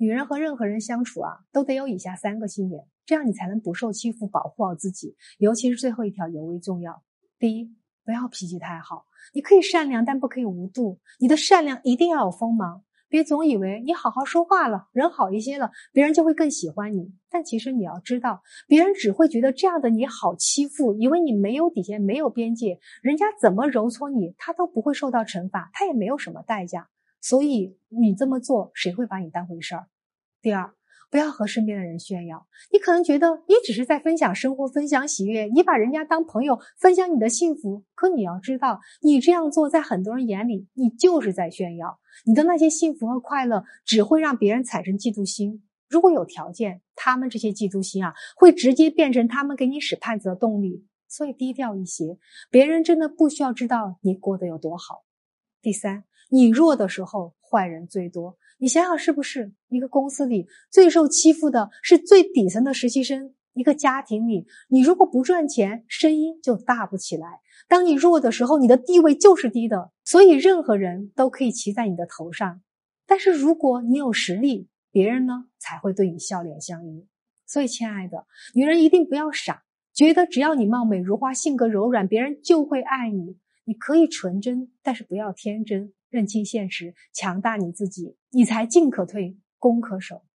女人和任何人相处都得有以下3个心眼，这样你才能不受欺负，保护好自己。尤其是最后一条尤为重要。第一，不要脾气太好。你可以善良，但不可以无度。你的善良一定要有锋芒，别总以为你好好说话了，人好一些了，别人就会更喜欢你。但其实你要知道，别人只会觉得这样的你好欺负，以为你没有底线，没有边界，人家怎么揉搓你，他都不会受到惩罚，他也没有什么代价。所以你这么做，谁会把你当回事儿？第二，不要和身边的人炫耀。你可能觉得你只是在分享生活，分享喜悦，你把人家当朋友，分享你的幸福。可你要知道，你这样做在很多人眼里，你就是在炫耀。你的那些幸福和快乐只会让别人产生嫉妒心。如果有条件，他们这些嫉妒心会直接变成他们给你使绊子的动力。所以低调一些，别人真的不需要知道你过得有多好。第三，你弱的时候，坏人最多。你想想是不是？一个公司里最受欺负的是最底层的实习生，一个家庭里，你如果不赚钱，声音就大不起来。当你弱的时候，你的地位就是低的。所以任何人都可以骑在你的头上，但是如果你有实力，别人呢才会对你笑脸相迎。所以亲爱的，女人一定不要傻，觉得只要你貌美如花，性格柔软，别人就会爱你。你可以纯真，但是不要天真，认清现实，强大你自己，你才进可退，攻可守。